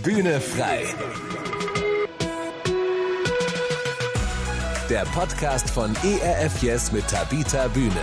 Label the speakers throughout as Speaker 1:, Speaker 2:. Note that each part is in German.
Speaker 1: Bühne frei. Der Podcast von ERF Yes mit Tabita Bühne.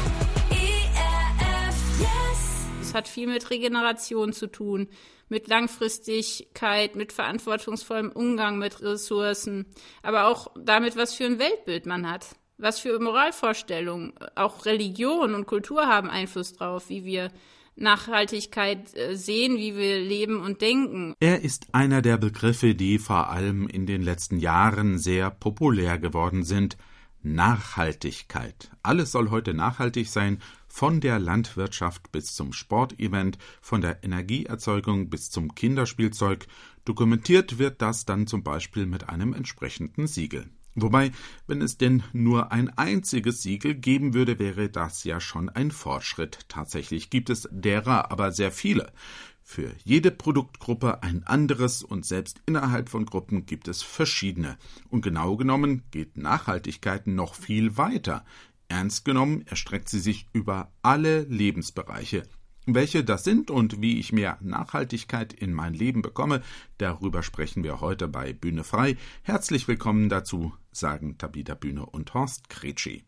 Speaker 2: ERF Yes. Es hat viel mit Regeneration zu tun, mit Langfristigkeit, mit verantwortungsvollem Umgang mit Ressourcen, aber auch damit, was für ein Weltbild man hat. Was für Moralvorstellungen, auch Religion und Kultur haben Einfluss drauf, wie wir Nachhaltigkeit sehen, wie wir leben und denken.
Speaker 3: Er ist einer der Begriffe, die vor allem in den letzten Jahren sehr populär geworden sind. Nachhaltigkeit. Alles soll heute nachhaltig sein, von der Landwirtschaft bis zum Sportevent, von der Energieerzeugung bis zum Kinderspielzeug. Dokumentiert wird das dann zum Beispiel mit einem entsprechenden Siegel. Wobei, wenn es denn nur ein einziges Siegel geben würde, wäre das ja schon ein Fortschritt. Tatsächlich gibt es derer aber sehr viele. Für jede Produktgruppe ein anderes und selbst innerhalb von Gruppen gibt es verschiedene. Und genau genommen geht Nachhaltigkeit noch viel weiter. Ernst genommen erstreckt sie sich über alle Lebensbereiche. Welche das sind und wie ich mehr Nachhaltigkeit in mein Leben bekomme, darüber sprechen wir heute bei Bühne frei. Herzlich willkommen dazu, sagen Tabita Bühne und Horst Kretschi.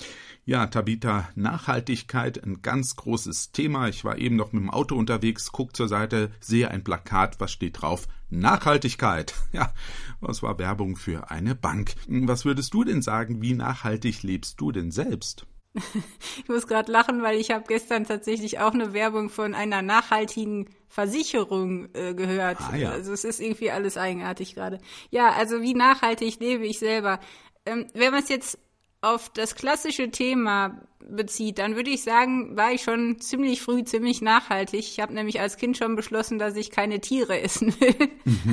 Speaker 3: Ja, Tabita, Nachhaltigkeit, ein ganz großes Thema. Ich war eben noch mit dem Auto unterwegs, guck zur Seite, sehe ein Plakat, was steht drauf? Nachhaltigkeit. Ja, das war Werbung für eine Bank. Was würdest du denn sagen, wie nachhaltig lebst du denn selbst?
Speaker 2: Ich muss gerade lachen, weil ich habe gestern tatsächlich auch eine Werbung von einer nachhaltigen Versicherung gehört.
Speaker 3: Ah, ja.
Speaker 2: Also es ist irgendwie alles eigenartig gerade. Ja, also wie nachhaltig lebe ich selber? Wenn man es jetzt auf das klassische Thema bezieht, dann würde ich sagen, war ich schon ziemlich früh ziemlich nachhaltig. Ich habe nämlich als Kind schon beschlossen, dass ich keine Tiere essen will.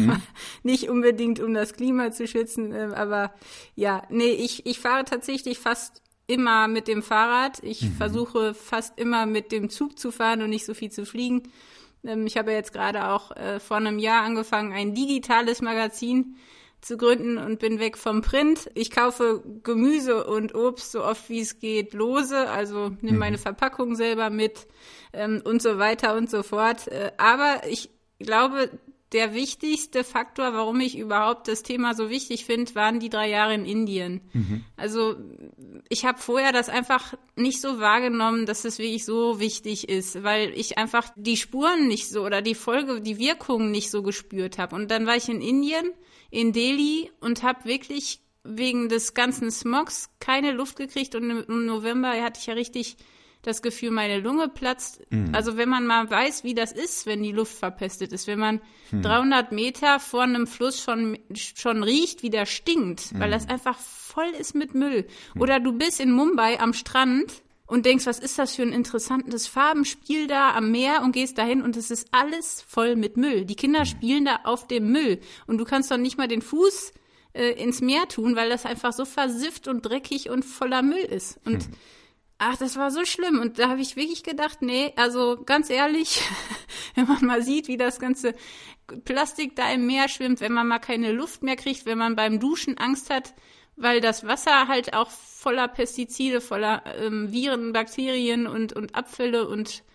Speaker 2: Nicht unbedingt, um das Klima zu schützen, aber ja, nee, ich fahre tatsächlich fast immer mit dem Fahrrad. Ich versuche fast immer mit dem Zug zu fahren und nicht so viel zu fliegen. Ich habe jetzt gerade auch vor einem Jahr angefangen, ein digitales Magazin zu gründen und bin weg vom Print. Ich kaufe Gemüse und Obst so oft wie es geht lose, also nehme meine Verpackung selber mit und so weiter und so fort. Aber ich glaube, der wichtigste Faktor, warum ich überhaupt das Thema so wichtig finde, waren die 3 Jahre in Indien. Also ich habe vorher das einfach nicht so wahrgenommen, dass es wirklich so wichtig ist, weil ich einfach die Spuren nicht so oder die Wirkung nicht so gespürt habe. Und dann war ich in Indien, in Delhi und habe wirklich wegen des ganzen Smogs keine Luft gekriegt. Und im November hatte ich ja richtig das Gefühl, meine Lunge platzt. Also wenn man mal weiß, wie das ist, wenn die Luft verpestet ist, wenn man 300 Meter vor einem Fluss schon riecht, wie der stinkt, weil das einfach voll ist mit Müll. Oder du bist in Mumbai am Strand und denkst, was ist das für ein interessantes Farbenspiel da am Meer und gehst dahin und es ist alles voll mit Müll. Die Kinder spielen da auf dem Müll und du kannst doch nicht mal den Fuß ins Meer tun, weil das einfach so versifft und dreckig und voller Müll ist. Und ach, das war so schlimm. Und da habe ich wirklich gedacht, nee, also ganz ehrlich, wenn man mal sieht, wie das ganze Plastik da im Meer schwimmt, wenn man mal keine Luft mehr kriegt, wenn man beim Duschen Angst hat, weil das Wasser halt auch voller Pestizide, voller Viren, Bakterien und Abfälle und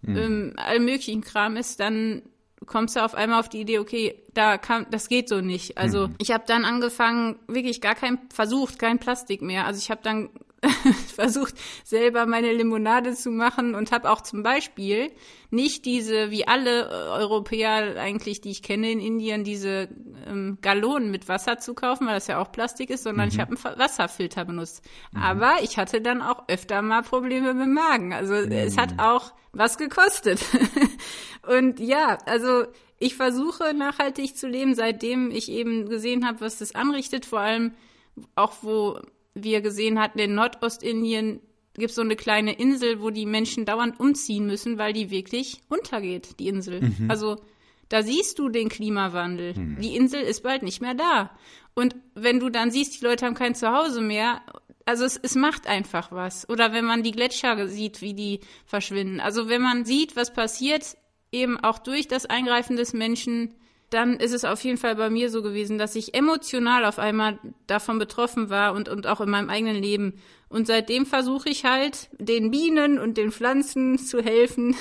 Speaker 2: allem möglichen Kram ist, dann kommst du auf einmal auf die Idee, okay, das geht so nicht. Also ich habe dann angefangen, wirklich kein Plastik mehr. Also ich habe dann versucht, selber meine Limonade zu machen und habe auch zum Beispiel nicht diese, wie alle Europäer eigentlich, die ich kenne in Indien, diese Gallonen mit Wasser zu kaufen, weil das ja auch Plastik ist, sondern ich habe einen Wasserfilter benutzt. Aber ich hatte dann auch öfter mal Probleme mit dem Magen. Also es hat auch was gekostet. Und ja, also ich versuche nachhaltig zu leben, seitdem ich eben gesehen habe, was das anrichtet, vor allem auch, wo wir gesehen hatten, in Nordostindien gibt es so eine kleine Insel, wo die Menschen dauernd umziehen müssen, weil die wirklich untergeht, die Insel. Also da siehst du den Klimawandel. Die Insel ist bald nicht mehr da. Und wenn du dann siehst, die Leute haben kein Zuhause mehr, also es macht einfach was. Oder wenn man die Gletscher sieht, wie die verschwinden. Also wenn man sieht, was passiert, eben auch durch das Eingreifen des Menschen, dann ist es auf jeden Fall bei mir so gewesen, dass ich emotional auf einmal davon betroffen war und auch in meinem eigenen Leben Und seitdem versuche ich halt, den Bienen und den Pflanzen zu helfen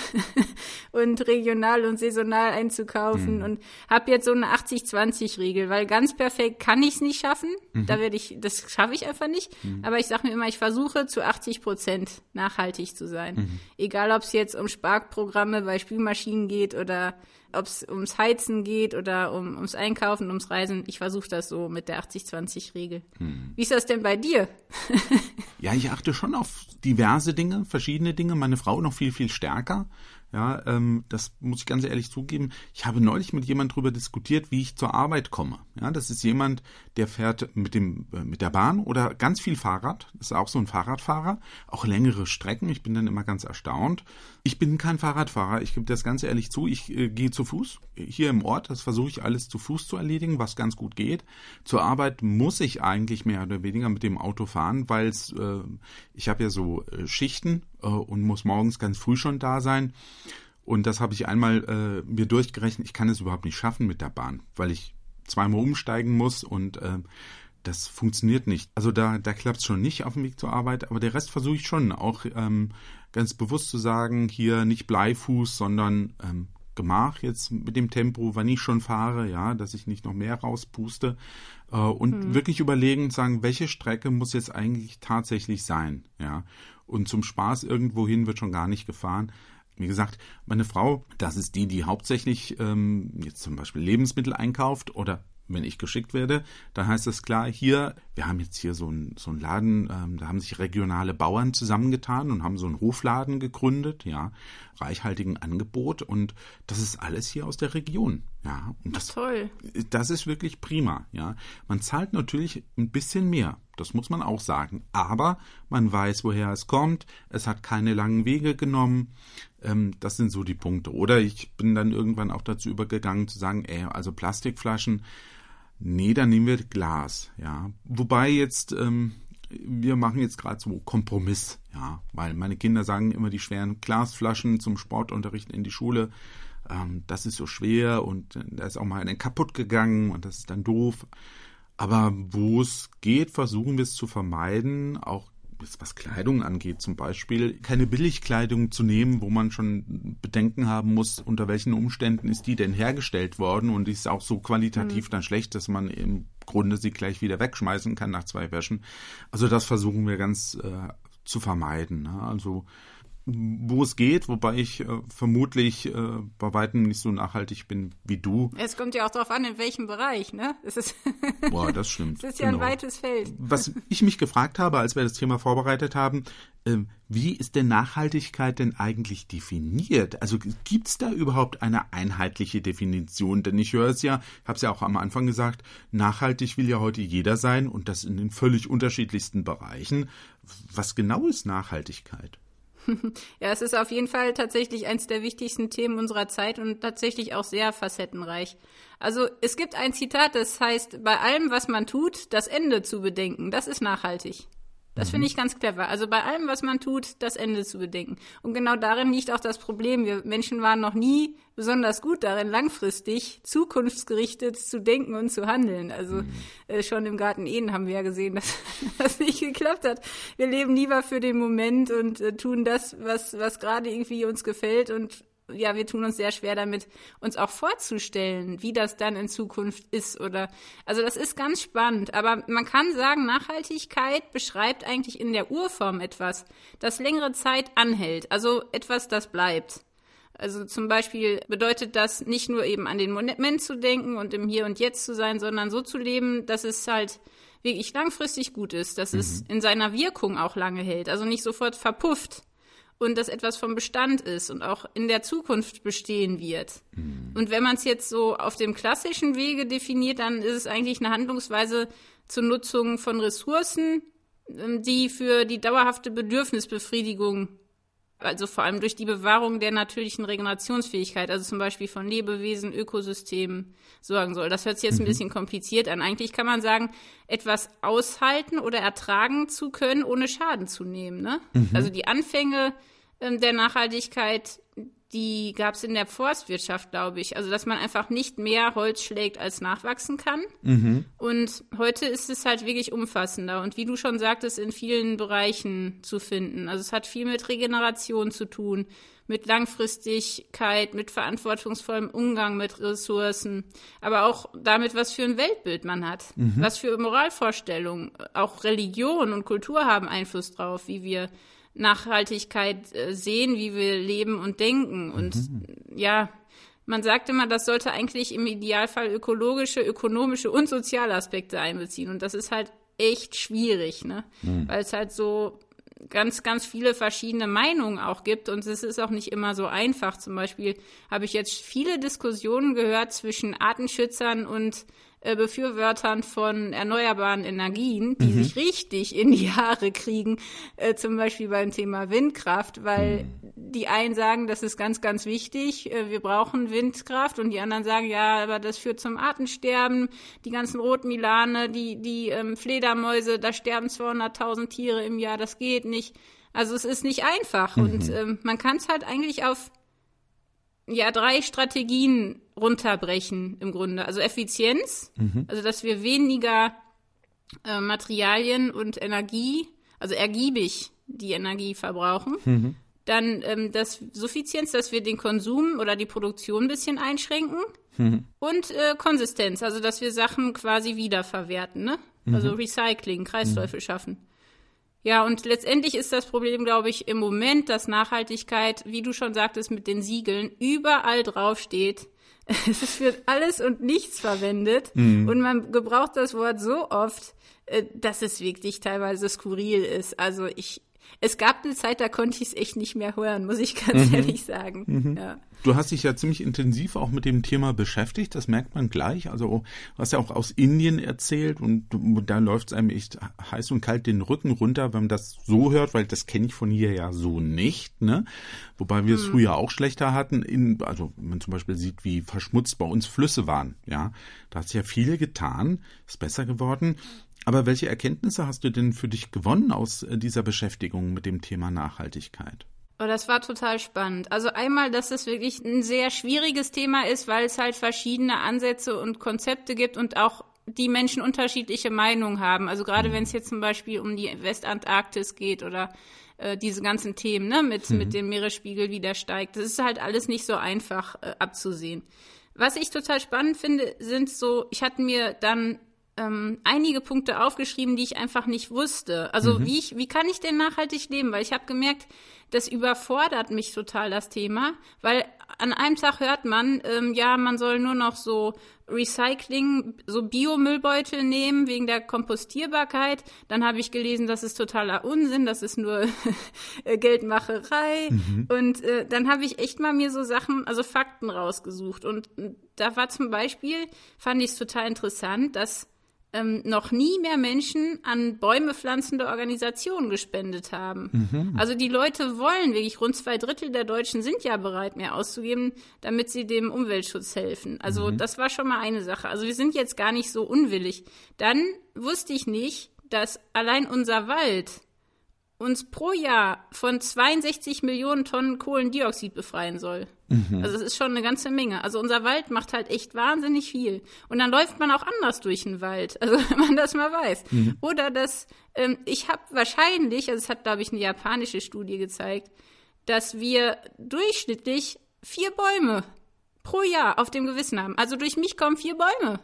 Speaker 2: und regional und saisonal einzukaufen und habe jetzt so eine 80-20-Regel, weil ganz perfekt kann ich es nicht schaffen. Das schaffe ich einfach nicht. Aber ich sage mir immer, ich versuche zu 80% nachhaltig zu sein. Egal, ob es jetzt um Sparprogramme bei Spülmaschinen geht oder ob es ums Heizen geht oder ums Einkaufen, ums Reisen. Ich versuche das so mit der 80-20-Regel. Wie ist das denn bei dir?
Speaker 3: Ja, ich achte schon auf diverse Dinge, verschiedene Dinge. Meine Frau noch viel, viel stärker. Ja, das muss ich ganz ehrlich zugeben. Ich habe neulich mit jemand drüber diskutiert, wie ich zur Arbeit komme. Ja, das ist jemand, der fährt mit der Bahn oder ganz viel Fahrrad. Das ist auch so ein Fahrradfahrer. Auch längere Strecken. Ich bin dann immer ganz erstaunt. Ich bin kein Fahrradfahrer. Ich gebe das ganz ehrlich zu. Ich gehe zu Fuß. Hier im Ort, das versuche ich alles zu Fuß zu erledigen, was ganz gut geht. Zur Arbeit muss ich eigentlich mehr oder weniger mit dem Auto fahren, weil ich habe ja so Schichten und muss morgens ganz früh schon da sein. Und das habe ich einmal mir durchgerechnet. Ich kann es überhaupt nicht schaffen mit der Bahn, weil ich zweimal umsteigen muss und das funktioniert nicht. Also da klappt es schon nicht auf dem Weg zur Arbeit, aber der Rest versuche ich schon auch ganz bewusst zu sagen, hier nicht Bleifuß, sondern Gemach jetzt mit dem Tempo, wann ich schon fahre, ja, dass ich nicht noch mehr rauspuste und wirklich überlegen und sagen, welche Strecke muss jetzt eigentlich tatsächlich sein, ja. Und zum Spaß irgendwohin wird schon gar nicht gefahren. Wie gesagt, meine Frau, das ist die hauptsächlich jetzt zum Beispiel Lebensmittel einkauft oder wenn ich geschickt werde, dann heißt es klar, wir haben jetzt hier so einen Laden, da haben sich regionale Bauern zusammengetan und haben so einen Hofladen gegründet, ja, reichhaltigen Angebot und das ist alles hier aus der Region, ja. Und
Speaker 2: Toll.
Speaker 3: Das ist wirklich prima, ja. Man zahlt natürlich ein bisschen mehr, das muss man auch sagen, aber man weiß, woher es kommt, es hat keine langen Wege genommen, das sind so die Punkte. Oder ich bin dann irgendwann auch dazu übergegangen zu sagen, also Plastikflaschen, nee, dann nehmen wir Glas, ja. Wobei jetzt, wir machen jetzt gerade so Kompromiss, ja, weil meine Kinder sagen immer die schweren Glasflaschen zum Sportunterricht in die Schule, das ist so schwer und da ist auch mal eine kaputt gegangen und das ist dann doof. Aber wo es geht, versuchen wir es zu vermeiden, auch was Kleidung angeht zum Beispiel, keine Billigkleidung zu nehmen, wo man schon Bedenken haben muss, unter welchen Umständen ist die denn hergestellt worden und die ist auch so qualitativ dann schlecht, dass man im Grunde sie gleich wieder wegschmeißen kann nach 2 Wäschen. Also das versuchen wir ganz zu vermeiden. Ne? Also wo es geht, wobei ich vermutlich bei weitem nicht so nachhaltig bin wie du.
Speaker 2: Es kommt ja auch darauf an, in welchem Bereich, ne?
Speaker 3: Boah, das stimmt.
Speaker 2: Es ist ja ein weites Feld.
Speaker 3: Was ich mich gefragt habe, als wir das Thema vorbereitet haben, wie ist denn Nachhaltigkeit denn eigentlich definiert? Also gibt es da überhaupt eine einheitliche Definition? Denn ich höre es ja, ich habe es ja auch am Anfang gesagt, nachhaltig will ja heute jeder sein und das in den völlig unterschiedlichsten Bereichen. Was genau ist Nachhaltigkeit?
Speaker 2: Ja, es ist auf jeden Fall tatsächlich eins der wichtigsten Themen unserer Zeit und tatsächlich auch sehr facettenreich. Also es gibt ein Zitat, das heißt, bei allem, was man tut, das Ende zu bedenken, das ist nachhaltig. Das finde ich ganz clever. Also bei allem, was man tut, das Ende zu bedenken. Und genau darin liegt auch das Problem. Wir Menschen waren noch nie besonders gut darin, langfristig zukunftsgerichtet zu denken und zu handeln. Also schon im Garten Eden haben wir ja gesehen, dass das nicht geklappt hat. Wir leben lieber für den Moment und tun das, was gerade irgendwie uns gefällt und ja, wir tun uns sehr schwer damit, uns auch vorzustellen, wie das dann in Zukunft ist also das ist ganz spannend, aber man kann sagen, Nachhaltigkeit beschreibt eigentlich in der Urform etwas, das längere Zeit anhält, also etwas, das bleibt. Also zum Beispiel bedeutet das nicht nur eben an den Moment zu denken und im Hier und Jetzt zu sein, sondern so zu leben, dass es halt wirklich langfristig gut ist, dass es in seiner Wirkung auch lange hält, also nicht sofort verpufft. Und dass etwas vom Bestand ist und auch in der Zukunft bestehen wird. Und wenn man es jetzt so auf dem klassischen Wege definiert, dann ist es eigentlich eine Handlungsweise zur Nutzung von Ressourcen, die für die dauerhafte Bedürfnisbefriedigung, also vor allem durch die Bewahrung der natürlichen Regenerationsfähigkeit, also zum Beispiel von Lebewesen, Ökosystemen, sorgen soll. Das hört sich jetzt ein bisschen kompliziert an. Eigentlich kann man sagen, etwas aushalten oder ertragen zu können, ohne Schaden zu nehmen. Ne? Also die Anfänge der Nachhaltigkeit, die gab es in der Forstwirtschaft, glaube ich. Also, dass man einfach nicht mehr Holz schlägt, als nachwachsen kann. Und heute ist es halt wirklich umfassender. Und wie du schon sagtest, in vielen Bereichen zu finden. Also, es hat viel mit Regeneration zu tun, mit Langfristigkeit, mit verantwortungsvollem Umgang mit Ressourcen, aber auch damit, was für ein Weltbild man hat, was für Moralvorstellungen, auch Religion und Kultur haben Einfluss drauf, wie wir Nachhaltigkeit sehen, wie wir leben und denken. Und ja, man sagt immer, das sollte eigentlich im Idealfall ökologische, ökonomische und soziale Aspekte einbeziehen. Und das ist halt echt schwierig, ne? Weil es halt so ganz, ganz viele verschiedene Meinungen auch gibt und es ist auch nicht immer so einfach. Zum Beispiel habe ich jetzt viele Diskussionen gehört zwischen Artenschützern und Befürwortern von erneuerbaren Energien, die sich richtig in die Haare kriegen, zum Beispiel beim Thema Windkraft, weil die einen sagen, das ist ganz, ganz wichtig, wir brauchen Windkraft und die anderen sagen, ja, aber das führt zum Artensterben, die ganzen Rotmilane, die Fledermäuse, da sterben 200.000 Tiere im Jahr, das geht nicht. Also es ist nicht einfach und man kann es halt eigentlich auf 3 Strategien runterbrechen im Grunde. Also Effizienz, also dass wir weniger Materialien und Energie, also ergiebig die Energie verbrauchen. Dann das Suffizienz, dass wir den Konsum oder die Produktion ein bisschen einschränken. Und Konsistenz, also dass wir Sachen quasi wiederverwerten, ne? Also Recycling, Kreisläufe schaffen. Ja, und letztendlich ist das Problem, glaube ich, im Moment, dass Nachhaltigkeit, wie du schon sagtest, mit den Siegeln überall draufsteht. Es ist für alles und nichts verwendet. Und man gebraucht das Wort so oft, dass es wirklich teilweise skurril ist. Also es gab eine Zeit, da konnte ich es echt nicht mehr hören, muss ich ganz ehrlich sagen. Ja.
Speaker 3: Du hast dich ja ziemlich intensiv auch mit dem Thema beschäftigt, das merkt man gleich. Also du hast ja auch aus Indien erzählt und da läuft es einem echt heiß und kalt den Rücken runter, wenn man das so hört, weil das kenne ich von hier ja so nicht, ne? Wobei wir es früher auch schlechter hatten. Also wenn man zum Beispiel sieht, wie verschmutzt bei uns Flüsse waren, ja, da hat sich ja viel getan, ist besser geworden. Aber welche Erkenntnisse hast du denn für dich gewonnen aus dieser Beschäftigung mit dem Thema Nachhaltigkeit?
Speaker 2: Oh, das war total spannend. Also einmal, dass es wirklich ein sehr schwieriges Thema ist, weil es halt verschiedene Ansätze und Konzepte gibt und auch die Menschen unterschiedliche Meinungen haben. Also gerade wenn es jetzt zum Beispiel um die Westantarktis geht oder diese ganzen Themen, ne, mit dem Meeresspiegel, wie der steigt. Das ist halt alles nicht so einfach abzusehen. Was ich total spannend finde, sind so, ich hatte mir dann einige Punkte aufgeschrieben, die ich einfach nicht wusste. Also wie kann ich denn nachhaltig leben? Weil ich habe gemerkt, das überfordert mich total, das Thema. Weil an einem Tag hört man, man soll nur noch so Recycling, so Biomüllbeutel nehmen wegen der Kompostierbarkeit. Dann habe ich gelesen, das ist totaler Unsinn, das ist nur Geldmacherei. Und dann habe ich echt mal mir so Sachen, also Fakten rausgesucht. Und da war zum Beispiel, fand ich es total interessant, dass noch nie mehr Menschen an Bäume pflanzende Organisationen gespendet haben. Also die Leute wollen wirklich, rund 2/3 der Deutschen sind ja bereit, mehr auszugeben, damit sie dem Umweltschutz helfen. Also das war schon mal eine Sache. Also wir sind jetzt gar nicht so unwillig. Dann wusste ich nicht, dass allein unser Wald uns pro Jahr von 62 Millionen Tonnen Kohlendioxid befreien soll. Also das ist schon eine ganze Menge. Also unser Wald macht halt echt wahnsinnig viel. Und dann läuft man auch anders durch den Wald, also wenn man das mal weiß. Oder dass, ich habe wahrscheinlich, also es hat, glaube ich, eine japanische Studie gezeigt, dass wir durchschnittlich 4 Bäume pro Jahr auf dem Gewissen haben. Also durch mich kommen 4 Bäume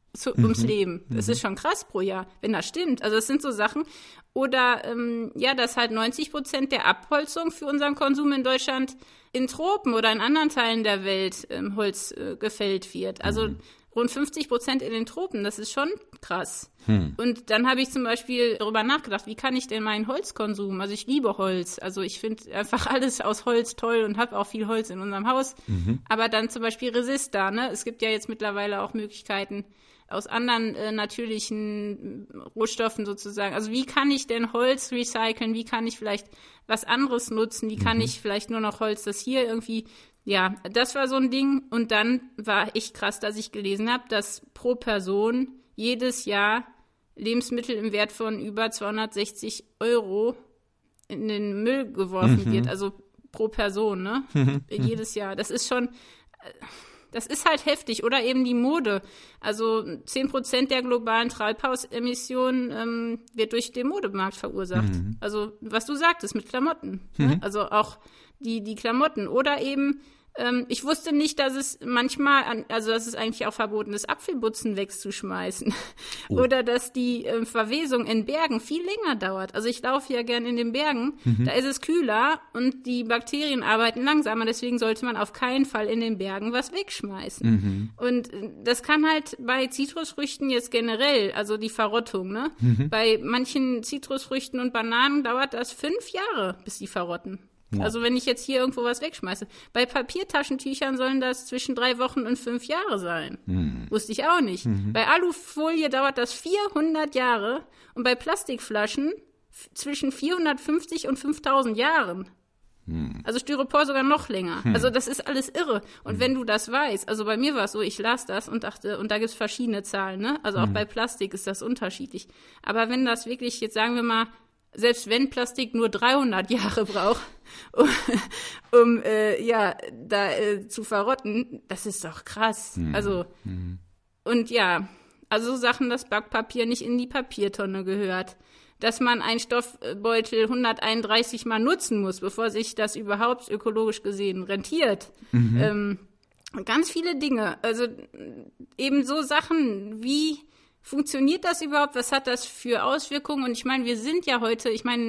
Speaker 2: ums Leben. Das ist schon krass pro Jahr, wenn das stimmt. Also das sind so Sachen. Oder dass halt 90% der Abholzung für unseren Konsum in Deutschland in Tropen oder in anderen Teilen der Welt Holz gefällt wird. Also rund 50% in den Tropen, das ist schon krass. Und dann habe ich zum Beispiel darüber nachgedacht, wie kann ich denn meinen Holzkonsum, also ich liebe Holz, also ich finde einfach alles aus Holz toll und habe auch viel Holz in unserem Haus. Aber dann zum Beispiel Resistor, ne? Es gibt ja jetzt mittlerweile auch Möglichkeiten, aus anderen natürlichen Rohstoffen sozusagen. Also wie kann ich denn Holz recyceln? Wie kann ich vielleicht was anderes nutzen? Wie kann ich vielleicht nur noch Holz, das hier irgendwie, ja, das war so ein Ding. Und dann war echt krass, dass ich gelesen habe, dass pro Person jedes Jahr Lebensmittel im Wert von über 260 € in den Müll geworfen wird. Also pro Person, ne? Jedes Jahr. Das ist schon, das ist halt heftig. Oder eben die Mode. Also 10% der globalen Treibhausemissionen wird durch den Modemarkt verursacht. Also was du sagtest mit Klamotten. Ne? Also auch die Klamotten. Oder eben, ich wusste nicht, dass es manchmal, dass es eigentlich auch verboten ist, Apfelbutzen wegzuschmeißen. Oder dass die Verwesung in Bergen viel länger dauert. Also ich laufe ja gern in den Bergen, da ist es kühler und die Bakterien arbeiten langsamer, deswegen sollte man auf keinen Fall in den Bergen was wegschmeißen. Und das kann halt bei Zitrusfrüchten jetzt generell, also die Verrottung, ne? Bei manchen Zitrusfrüchten und Bananen dauert das 5 Jahre, bis die verrotten. Also wenn ich jetzt hier irgendwo was wegschmeiße. Bei Papiertaschentüchern sollen das zwischen 3 Wochen und 5 Jahre sein. Wusste ich auch nicht. Bei Alufolie dauert das 400 Jahre und bei Plastikflaschen zwischen 450 und 5000 Jahren. Also Styropor sogar noch länger. Also das ist alles irre. Und wenn du das weißt, also bei mir war es so, ich las das und dachte, und da gibt's verschiedene Zahlen, ne? Also auch bei Plastik ist das unterschiedlich. Aber wenn das wirklich, jetzt sagen wir mal, selbst wenn Plastik nur 300 Jahre braucht, um zu verrotten, das ist doch krass. Also, und ja, also so Sachen, dass Backpapier nicht in die Papiertonne gehört, dass man einen Stoffbeutel 131 Mal nutzen muss, bevor sich das überhaupt ökologisch gesehen rentiert. Ganz viele Dinge, also eben so Sachen wie, funktioniert das überhaupt? Was hat das für Auswirkungen? Und ich meine, wir sind ja heute,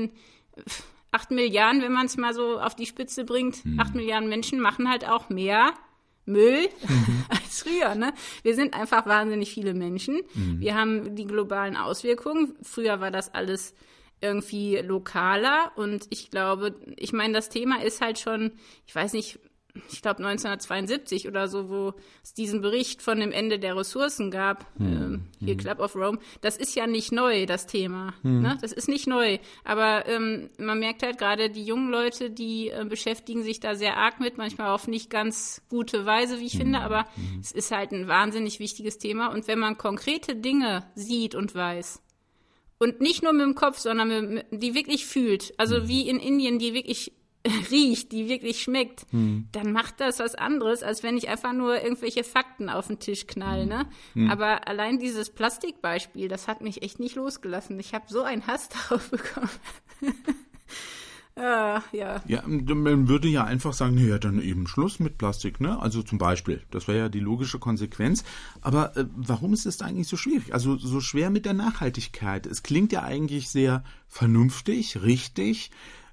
Speaker 2: 8 Milliarden, wenn man es mal so auf die Spitze bringt, 8 Milliarden Menschen machen halt auch mehr Müll als früher, ne? Wir sind einfach wahnsinnig viele Menschen. Wir haben die globalen Auswirkungen. Früher war das alles irgendwie lokaler und ich glaube, das Thema ist halt schon, ich weiß nicht, ich glaube 1972 oder so, wo es diesen Bericht von dem Ende der Ressourcen gab, hier Club of Rome, das ist ja nicht neu, das Thema. Ne? Das ist nicht neu. Aber man merkt halt gerade, die jungen Leute, die beschäftigen sich da sehr arg mit, manchmal auf nicht ganz gute Weise, wie ich finde, aber es ist halt ein wahnsinnig wichtiges Thema. Und wenn man konkrete Dinge sieht und weiß, und nicht nur mit dem Kopf, sondern die wirklich fühlt, also wie in Indien, die wirklich riecht, die wirklich schmeckt, dann macht das was anderes, als wenn ich einfach nur irgendwelche Fakten auf den Tisch knall, ne? Aber allein dieses Plastikbeispiel, das hat mich echt nicht losgelassen. Ich habe so einen Hass darauf bekommen. Ja,
Speaker 3: man würde ja einfach sagen, ja, dann eben Schluss mit Plastik, ne? Also zum Beispiel, das wäre ja die logische Konsequenz. Aber warum ist es eigentlich so schwierig? Also so schwer mit der Nachhaltigkeit. Es klingt ja eigentlich sehr vernünftig, richtig,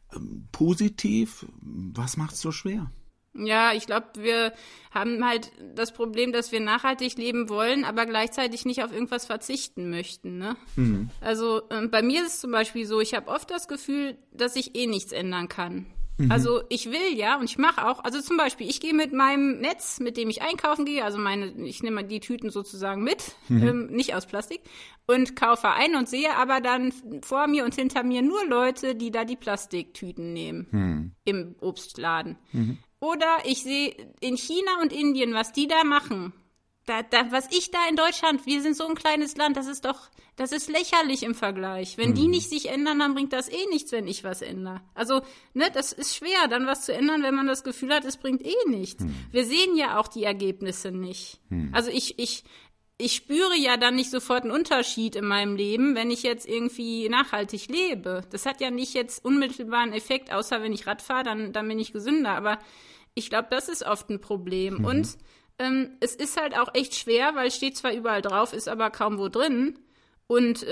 Speaker 3: positiv. Was macht es so schwer?
Speaker 2: Ja, ich glaube, wir haben halt das Problem, dass wir nachhaltig leben wollen, aber gleichzeitig nicht auf irgendwas verzichten möchten, ne? Also bei mir ist es zum Beispiel so, ich habe oft das Gefühl, dass ich nichts ändern kann. Also ich will ja und ich mache auch, also zum Beispiel, ich gehe mit meinem Netz, mit dem ich einkaufen gehe, also ich nehme die Tüten sozusagen mit, nicht aus Plastik, und kaufe ein und sehe aber dann vor mir und hinter mir nur Leute, die da die Plastiktüten nehmen im Obstladen. Oder ich sehe in China und Indien, was die da machen. Was ich da in Deutschland, wir sind so ein kleines Land, das ist lächerlich im Vergleich. Wenn die nicht sich ändern, dann bringt das nichts, wenn ich was ändere. Also, ne, das ist schwer, dann was zu ändern, wenn man das Gefühl hat, es bringt nichts. Wir sehen ja auch die Ergebnisse nicht. Also ich spüre ja dann nicht sofort einen Unterschied in meinem Leben, wenn ich jetzt irgendwie nachhaltig lebe. Das hat ja nicht jetzt unmittelbaren Effekt, außer wenn ich Rad fahre, dann bin ich gesünder. Aber ich glaube, das ist oft ein Problem. Und es ist halt auch echt schwer, weil es steht zwar überall drauf, ist aber kaum wo drin. Und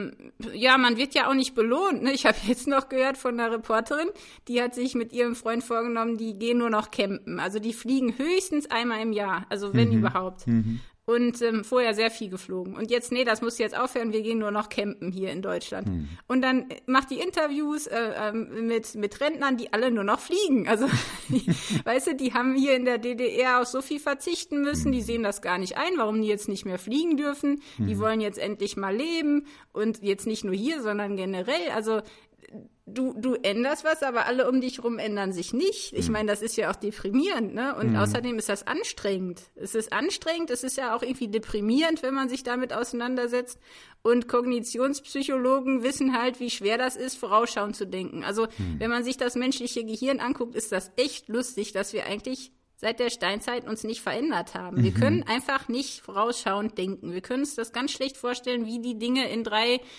Speaker 2: man wird ja auch nicht belohnt. Ne? Ich habe jetzt noch gehört von einer Reporterin, die hat sich mit ihrem Freund vorgenommen, die gehen nur noch campen. Also die fliegen höchstens einmal im Jahr, also wenn überhaupt. Und vorher sehr viel geflogen. Und jetzt, das muss jetzt aufhören, wir gehen nur noch campen hier in Deutschland. Und dann macht die Interviews mit Rentnern, die alle nur noch fliegen. Also, weißt du, die haben hier in der DDR auf so viel verzichten müssen, die sehen das gar nicht ein, warum die jetzt nicht mehr fliegen dürfen. Die wollen jetzt endlich mal leben und jetzt nicht nur hier, sondern generell. Also du änderst was, aber alle um dich rum ändern sich nicht. Ich meine, das ist ja auch deprimierend, ne? Und außerdem ist das anstrengend. Es ist anstrengend, es ist ja auch irgendwie deprimierend, wenn man sich damit auseinandersetzt. Und Kognitionspsychologen wissen halt, wie schwer das ist, vorausschauend zu denken. Also, wenn man sich das menschliche Gehirn anguckt, ist das echt lustig, dass wir eigentlich seit der Steinzeit uns nicht verändert haben. Wir können einfach nicht vorausschauend denken. Wir können uns das ganz schlecht vorstellen, wie die Dinge in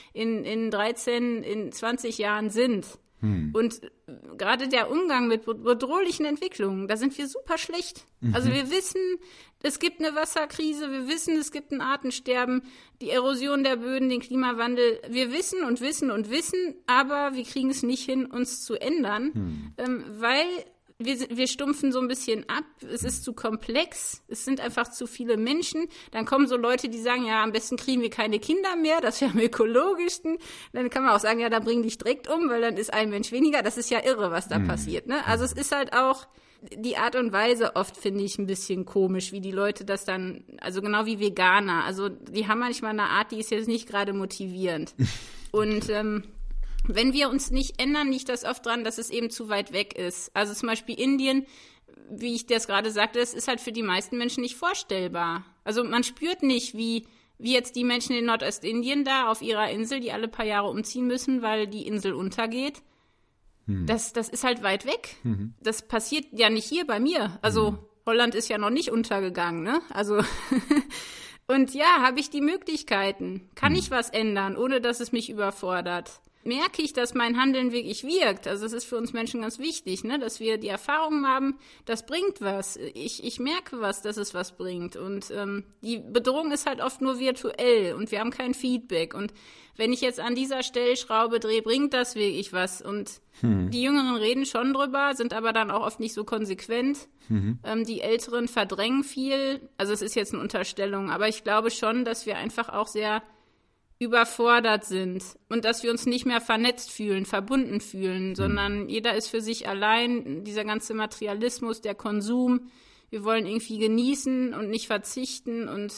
Speaker 2: 13, in 20 Jahren sind. Und gerade der Umgang mit bedrohlichen Entwicklungen, da sind wir super schlecht. Also wir wissen, es gibt eine Wasserkrise, wir wissen, es gibt ein Artensterben, die Erosion der Böden, den Klimawandel. Wir wissen und wissen und wissen, aber wir kriegen es nicht hin, uns zu ändern, weil wir stumpfen so ein bisschen ab, es ist zu komplex, es sind einfach zu viele Menschen. Dann kommen so Leute, die sagen, ja, am besten kriegen wir keine Kinder mehr, das wäre am ökologischsten. Dann kann man auch sagen, ja, dann bring dich direkt um, weil dann ist ein Mensch weniger. Das ist ja irre, was da passiert, ne? Also es ist halt auch die Art und Weise oft, finde ich, ein bisschen komisch, wie die Leute das dann, also genau wie Veganer, also die haben manchmal eine Art, die ist jetzt nicht gerade motivierend. Und wenn wir uns nicht ändern, liegt das oft dran, dass es eben zu weit weg ist. Also zum Beispiel Indien, wie ich das gerade sagte, das ist halt für die meisten Menschen nicht vorstellbar. Also man spürt nicht, wie jetzt die Menschen in Nordostindien da auf ihrer Insel, die alle paar Jahre umziehen müssen, weil die Insel untergeht. Das ist halt weit weg. Das passiert ja nicht hier bei mir. Also Holland ist ja noch nicht untergegangen, ne? Also und ja, habe ich die Möglichkeiten? Kann ich was ändern, ohne dass es mich überfordert? Merke ich, dass mein Handeln wirklich wirkt? Also es ist für uns Menschen ganz wichtig, ne, dass wir die Erfahrung haben, das bringt was. Ich merke was, dass es was bringt. Und die Bedrohung ist halt oft nur virtuell und wir haben kein Feedback. Und wenn ich jetzt an dieser Stellschraube drehe, bringt das wirklich was. Und die Jüngeren reden schon drüber, sind aber dann auch oft nicht so konsequent. Die Älteren verdrängen viel. Also es ist jetzt eine Unterstellung, aber ich glaube schon, dass wir einfach auch sehr überfordert sind und dass wir uns nicht mehr vernetzt fühlen, verbunden fühlen, sondern jeder ist für sich allein. Dieser ganze Materialismus, der Konsum, wir wollen irgendwie genießen und nicht verzichten und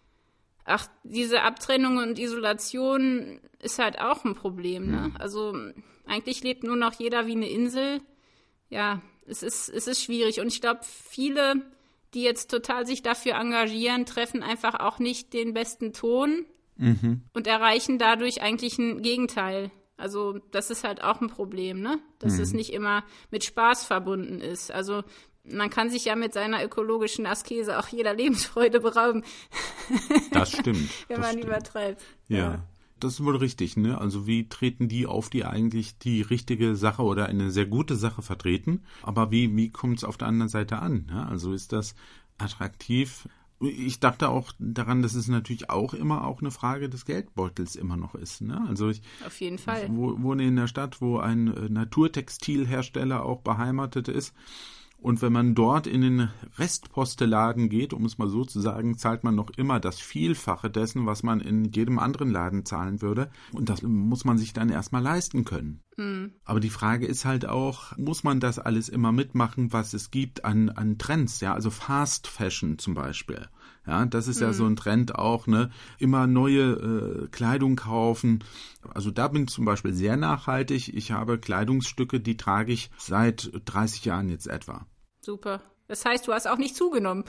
Speaker 2: diese Abtrennung und Isolation ist halt auch ein Problem, ne? Also eigentlich lebt nur noch jeder wie eine Insel. Ja, es ist schwierig und ich glaube, viele, die jetzt total sich dafür engagieren, treffen einfach auch nicht den besten Ton. Und erreichen dadurch eigentlich ein Gegenteil. Also das ist halt auch ein Problem, ne? Dass es nicht immer mit Spaß verbunden ist. Also man kann sich ja mit seiner ökologischen Askese auch jeder Lebensfreude berauben.
Speaker 3: Das stimmt.
Speaker 2: Wenn man übertreibt.
Speaker 3: Ja, das ist wohl richtig, ne? Also wie treten die auf, die eigentlich die richtige Sache oder eine sehr gute Sache vertreten? Aber wie kommt es auf der anderen Seite an? Ne? Also ist das attraktiv? Ich dachte auch daran, dass es natürlich auch immer auch eine Frage des Geldbeutels immer noch ist. Ne? Also
Speaker 2: auf jeden Fall.
Speaker 3: Ich wohne in der Stadt, wo ein Naturtextilhersteller auch beheimatet ist. Und wenn man dort in den Restposteladen geht, um es mal so zu sagen, zahlt man noch immer das Vielfache dessen, was man in jedem anderen Laden zahlen würde. Und das muss man sich dann erstmal leisten können. Aber die Frage ist halt auch, muss man das alles immer mitmachen, was es gibt an Trends? Ja, also Fast Fashion zum Beispiel. Ja, das ist ja so ein Trend auch, ne? Immer neue Kleidung kaufen. Also da bin ich zum Beispiel sehr nachhaltig. Ich habe Kleidungsstücke, die trage ich seit 30 Jahren jetzt etwa.
Speaker 2: Super. Das heißt, du hast auch nicht zugenommen.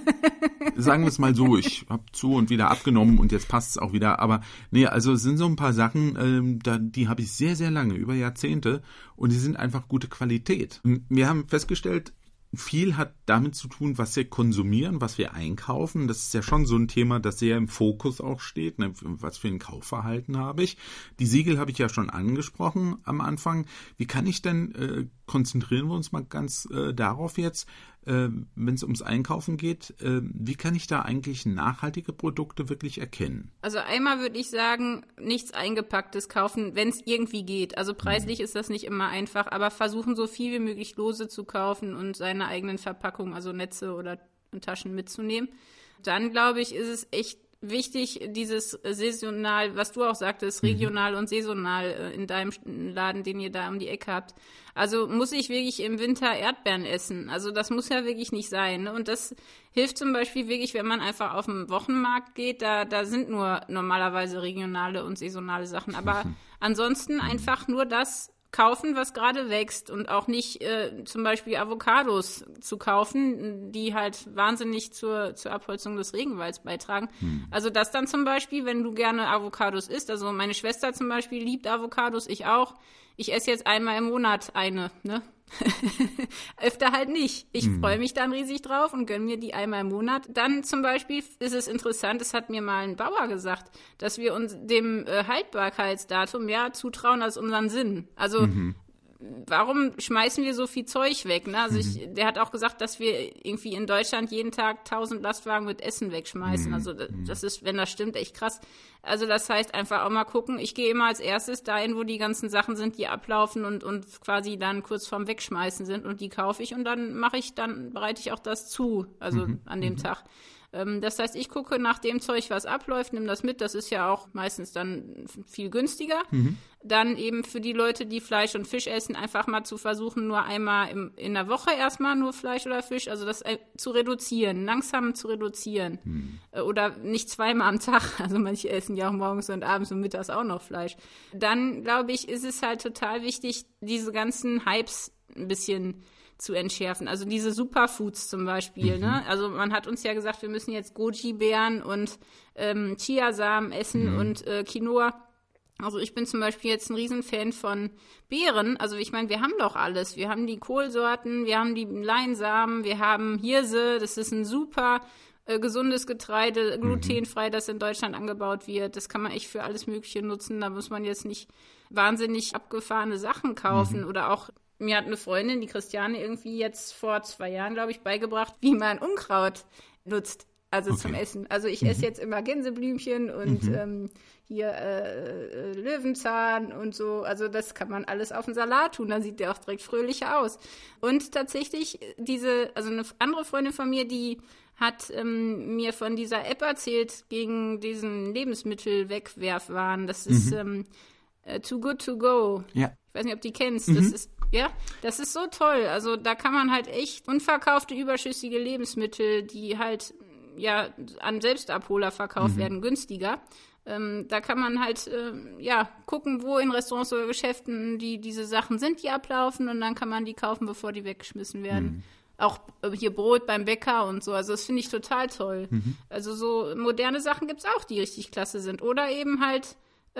Speaker 3: Sagen wir es mal so, ich habe zu und wieder abgenommen und jetzt passt es auch wieder. Aber nee, also es sind so ein paar Sachen, die habe ich sehr, sehr lange, über Jahrzehnte und die sind einfach gute Qualität. Wir haben festgestellt, viel hat damit zu tun, was wir konsumieren, was wir einkaufen. Das ist ja schon so ein Thema, das sehr im Fokus auch steht. Ne? Was für ein Kaufverhalten habe ich? Die Siegel habe ich ja schon angesprochen am Anfang. Wie kann ich denn, konzentrieren wir uns mal ganz darauf jetzt, wenn es ums Einkaufen geht, wie kann ich da eigentlich nachhaltige Produkte wirklich erkennen?
Speaker 2: Also einmal würde ich sagen, nichts Eingepacktes kaufen, wenn es irgendwie geht. Also preislich ist das nicht immer einfach, aber versuchen so viel wie möglich Lose zu kaufen und seine eigenen Verpackungen, also Netze oder Taschen mitzunehmen. Dann, glaube ich, ist es echt wichtig, dieses saisonal, was du auch sagtest, regional und saisonal in deinem Laden, den ihr da um die Ecke habt. Also muss ich wirklich im Winter Erdbeeren essen? Also das muss ja wirklich nicht sein. Ne? Und das hilft zum Beispiel wirklich, wenn man einfach auf den Wochenmarkt geht, da sind nur normalerweise regionale und saisonale Sachen. Aber ansonsten einfach nur das kaufen, was gerade wächst und auch nicht zum Beispiel Avocados zu kaufen, die halt wahnsinnig zur Abholzung des Regenwalds beitragen. Also das dann zum Beispiel, wenn du gerne Avocados isst, also meine Schwester zum Beispiel liebt Avocados, ich auch. Ich esse jetzt einmal im Monat eine, ne? Öfter halt nicht. Ich freue mich dann riesig drauf und gönne mir die einmal im Monat. Dann zum Beispiel ist es interessant, das hat mir mal ein Bauer gesagt, dass wir uns dem Haltbarkeitsdatum mehr zutrauen als unseren Sinn. Also warum schmeißen wir so viel Zeug weg? Ne? Also der hat auch gesagt, dass wir irgendwie in Deutschland jeden Tag 1000 Lastwagen mit Essen wegschmeißen. Also das ist, wenn das stimmt, echt krass. Also das heißt einfach auch mal gucken, ich gehe immer als erstes dahin, wo die ganzen Sachen sind, die ablaufen und quasi dann kurz vorm Wegschmeißen sind und die kaufe ich und dann bereite ich auch das zu, also an dem Tag. Das heißt, ich gucke nach dem Zeug, was abläuft, nehme das mit. Das ist ja auch meistens dann viel günstiger. Dann eben für die Leute, die Fleisch und Fisch essen, einfach mal zu versuchen, nur einmal in der Woche erstmal nur Fleisch oder Fisch, also das zu reduzieren, langsam zu reduzieren. Oder nicht zweimal am Tag. Also manche essen ja auch morgens und abends und mittags auch noch Fleisch. Dann, glaube ich, ist es halt total wichtig, diese ganzen Hypes ein bisschen zu entschärfen. Also diese Superfoods zum Beispiel, ne? Also man hat uns ja gesagt, wir müssen jetzt Goji-Beeren und Chiasamen essen und Quinoa. Also ich bin zum Beispiel jetzt ein Riesenfan von Beeren. Also ich meine, wir haben doch alles. Wir haben die Kohlsorten, wir haben die Leinsamen, wir haben Hirse. Das ist ein super gesundes Getreide, glutenfrei, das in Deutschland angebaut wird. Das kann man echt für alles Mögliche nutzen. Da muss man jetzt nicht wahnsinnig abgefahrene Sachen kaufen oder auch. Mir hat eine Freundin, die Christiane, irgendwie jetzt vor 2 Jahren, glaube ich, beigebracht, wie man Unkraut nutzt, also zum Essen. Also ich esse jetzt immer Gänseblümchen und hier Löwenzahn und so. Also das kann man alles auf den Salat tun, dann sieht der auch direkt fröhlicher aus. Und tatsächlich also eine andere Freundin von mir, die hat mir von dieser App erzählt gegen diesen Lebensmittelwegwerfwahn. Das ist Too Good To Go. Ja. Ich weiß nicht, ob du die kennst. Das ist so toll. Also da kann man halt echt unverkaufte, überschüssige Lebensmittel, die halt an Selbstabholer verkauft werden, günstiger. Da kann man halt gucken, wo in Restaurants oder Geschäften diese Sachen sind, die ablaufen, und dann kann man die kaufen, bevor die weggeschmissen werden. Auch hier Brot beim Bäcker und so. Also das finde ich total toll. Also so moderne Sachen gibt's auch, die richtig klasse sind. Oder eben halt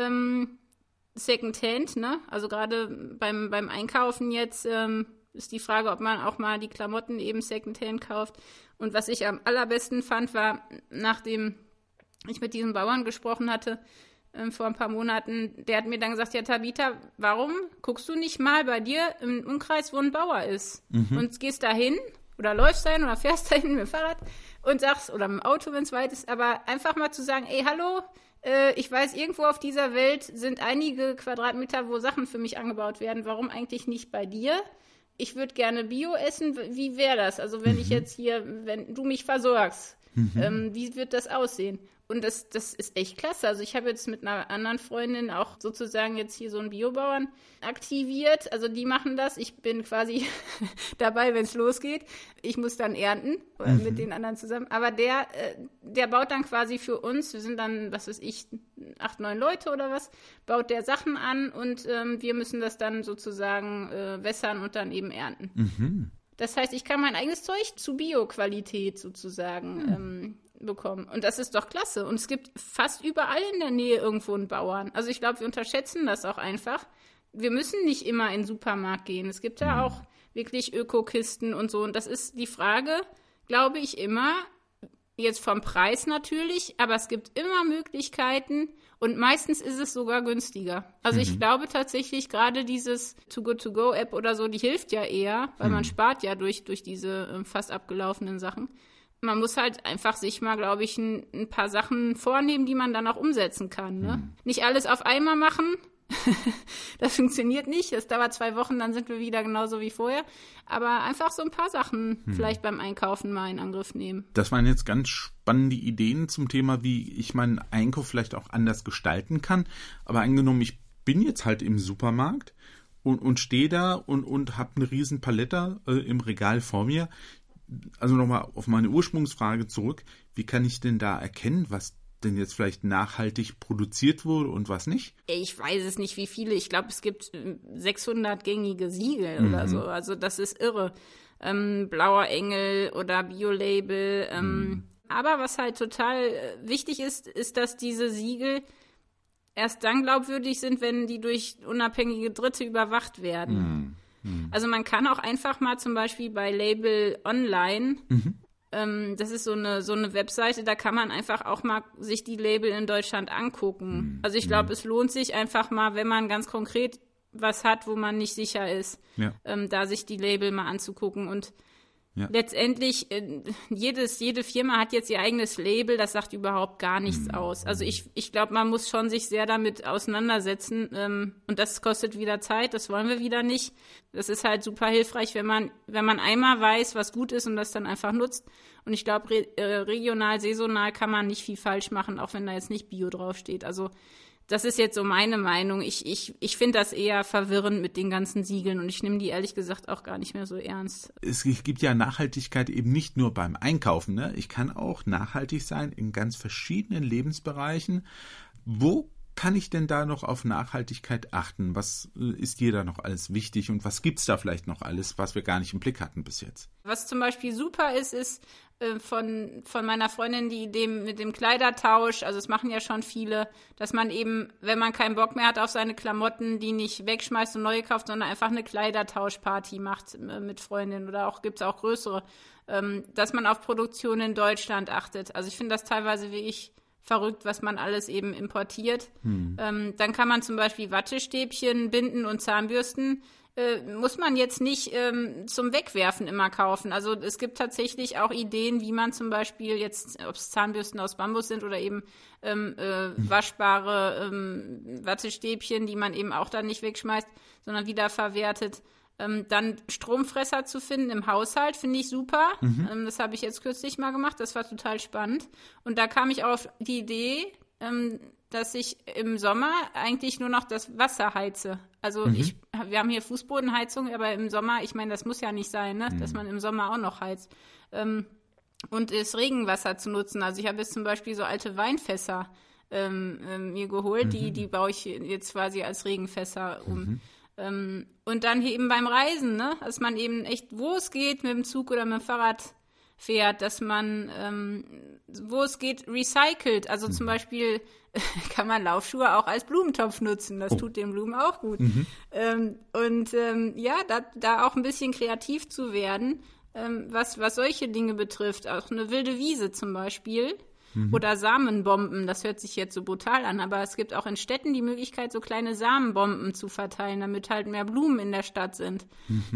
Speaker 2: Secondhand, ne? Also gerade beim Einkaufen jetzt ist die Frage, ob man auch mal die Klamotten eben Secondhand kauft. Und was ich am allerbesten fand, war, nachdem ich mit diesem Bauern gesprochen hatte vor ein paar Monaten, der hat mir dann gesagt, ja Tabitha, warum guckst du nicht mal bei dir im Umkreis, wo ein Bauer ist? Und gehst da hin oder läufst dahin oder fährst dahin mit dem Fahrrad und sagst, oder mit dem Auto, wenn es weit ist, aber einfach mal zu sagen, ey, hallo, ich weiß, irgendwo auf dieser Welt sind einige Quadratmeter, wo Sachen für mich angebaut werden. Warum eigentlich nicht bei dir? Ich würde gerne Bio essen. Wie wäre das? Also wenn ich jetzt hier, wenn du mich versorgst, wie wird das aussehen? Und das ist echt klasse. Also ich habe jetzt mit einer anderen Freundin auch sozusagen jetzt hier so einen Biobauern aktiviert. Also die machen das. Ich bin quasi dabei, wenn es losgeht. Ich muss dann ernten mit den anderen zusammen. Aber der baut dann quasi für uns, wir sind dann, was weiß ich, 8, 9 Leute oder was, baut der Sachen an und wir müssen das dann sozusagen wässern und dann eben ernten. Das heißt, ich kann mein eigenes Zeug zu Bio-Qualität sozusagen bekommen. Und das ist doch klasse. Und es gibt fast überall in der Nähe irgendwo einen Bauern. Also ich glaube, wir unterschätzen das auch einfach. Wir müssen nicht immer in den Supermarkt gehen. Es gibt ja auch wirklich Ökokisten und so. Und das ist die Frage, glaube ich, immer, jetzt vom Preis natürlich, aber es gibt immer Möglichkeiten und meistens ist es sogar günstiger. Also ich glaube tatsächlich, gerade dieses Too Good To Go App oder so, die hilft ja eher, weil man spart ja durch diese fast abgelaufenen Sachen. Man muss halt einfach sich mal, glaube ich, ein paar Sachen vornehmen, die man dann auch umsetzen kann. Ne? Nicht alles auf einmal machen. Das funktioniert nicht. Das dauert 2 Wochen, dann sind wir wieder genauso wie vorher. Aber einfach so ein paar Sachen vielleicht beim Einkaufen mal in Angriff nehmen.
Speaker 3: Das waren jetzt ganz spannende Ideen zum Thema, wie ich meinen Einkauf vielleicht auch anders gestalten kann. Aber angenommen, ich bin jetzt halt im Supermarkt und stehe da und habe eine riesen Palette im Regal vor mir. Also nochmal auf meine Ursprungsfrage zurück. Wie kann ich denn da erkennen, was denn jetzt vielleicht nachhaltig produziert wurde und was nicht?
Speaker 2: Ich weiß es nicht, wie viele. Ich glaube, es gibt 600 gängige Siegel oder so. Also das ist irre. Blauer Engel oder Bio-Label. Aber was halt total wichtig ist, dass diese Siegel erst dann glaubwürdig sind, wenn die durch unabhängige Dritte überwacht werden. Also man kann auch einfach mal zum Beispiel bei Label Online, das ist so eine Webseite, da kann man einfach auch mal sich die Label in Deutschland angucken. Also ich glaube, es lohnt sich einfach mal, wenn man ganz konkret was hat, wo man nicht sicher ist, da sich die Label mal anzugucken. Und letztendlich, jede Firma hat jetzt ihr eigenes Label, das sagt überhaupt gar nichts aus. Also ich glaube, man muss schon sich sehr damit auseinandersetzen und das kostet wieder Zeit, das wollen wir wieder nicht. Das ist halt super hilfreich, wenn man einmal weiß, was gut ist und das dann einfach nutzt. Und ich glaube, regional, saisonal kann man nicht viel falsch machen, auch wenn da jetzt nicht Bio draufsteht. Also das ist jetzt so meine Meinung. Ich finde das eher verwirrend mit den ganzen Siegeln und ich nehme die ehrlich gesagt auch gar nicht mehr so ernst.
Speaker 3: Es gibt ja Nachhaltigkeit eben nicht nur beim Einkaufen, ne? Ich kann auch nachhaltig sein in ganz verschiedenen Lebensbereichen. Wo kann ich denn da noch auf Nachhaltigkeit achten? Was ist dir da noch alles wichtig und was gibt's da vielleicht noch alles, was wir gar nicht im Blick hatten bis jetzt?
Speaker 2: Was zum Beispiel super ist von meiner Freundin die Idee mit dem Kleidertausch, also es machen ja schon viele, dass man eben, wenn man keinen Bock mehr hat auf seine Klamotten, die nicht wegschmeißt und neue kauft, sondern einfach eine Kleidertauschparty macht mit Freundinnen oder auch gibt's auch größere, dass man auf Produktion in Deutschland achtet. Also ich finde das teilweise wirklich verrückt, was man alles eben importiert. Dann kann man zum Beispiel Wattestäbchen, Binden und Zahnbürsten muss man jetzt nicht zum Wegwerfen immer kaufen. Also es gibt tatsächlich auch Ideen, wie man zum Beispiel jetzt, ob es Zahnbürsten aus Bambus sind oder eben waschbare Wattestäbchen, die man eben auch dann nicht wegschmeißt, sondern wieder verwertet. Dann Stromfresser zu finden im Haushalt, finde ich super. Das habe ich jetzt kürzlich mal gemacht, das war total spannend. Und da kam ich auf die Idee, dass ich im Sommer eigentlich nur noch das Wasser heize. Also wir haben hier Fußbodenheizung, aber im Sommer, ich meine, das muss ja nicht sein, ne? Dass man im Sommer auch noch heizt. Und das Regenwasser zu nutzen. Also ich habe jetzt zum Beispiel so alte Weinfässer mir geholt, die baue ich jetzt quasi als Regenfässer um. Und dann hier eben beim Reisen, ne, dass man eben echt, wo es geht, mit dem Zug oder mit dem Fahrrad fährt, dass man, wo es geht, recycelt. Also zum Beispiel kann man Laufschuhe auch als Blumentopf nutzen. Das tut den Blumen auch gut. Da auch ein bisschen kreativ zu werden, was solche Dinge betrifft. Auch eine wilde Wiese zum Beispiel. Oder Samenbomben, das hört sich jetzt so brutal an, aber es gibt auch in Städten die Möglichkeit, so kleine Samenbomben zu verteilen, damit halt mehr Blumen in der Stadt sind.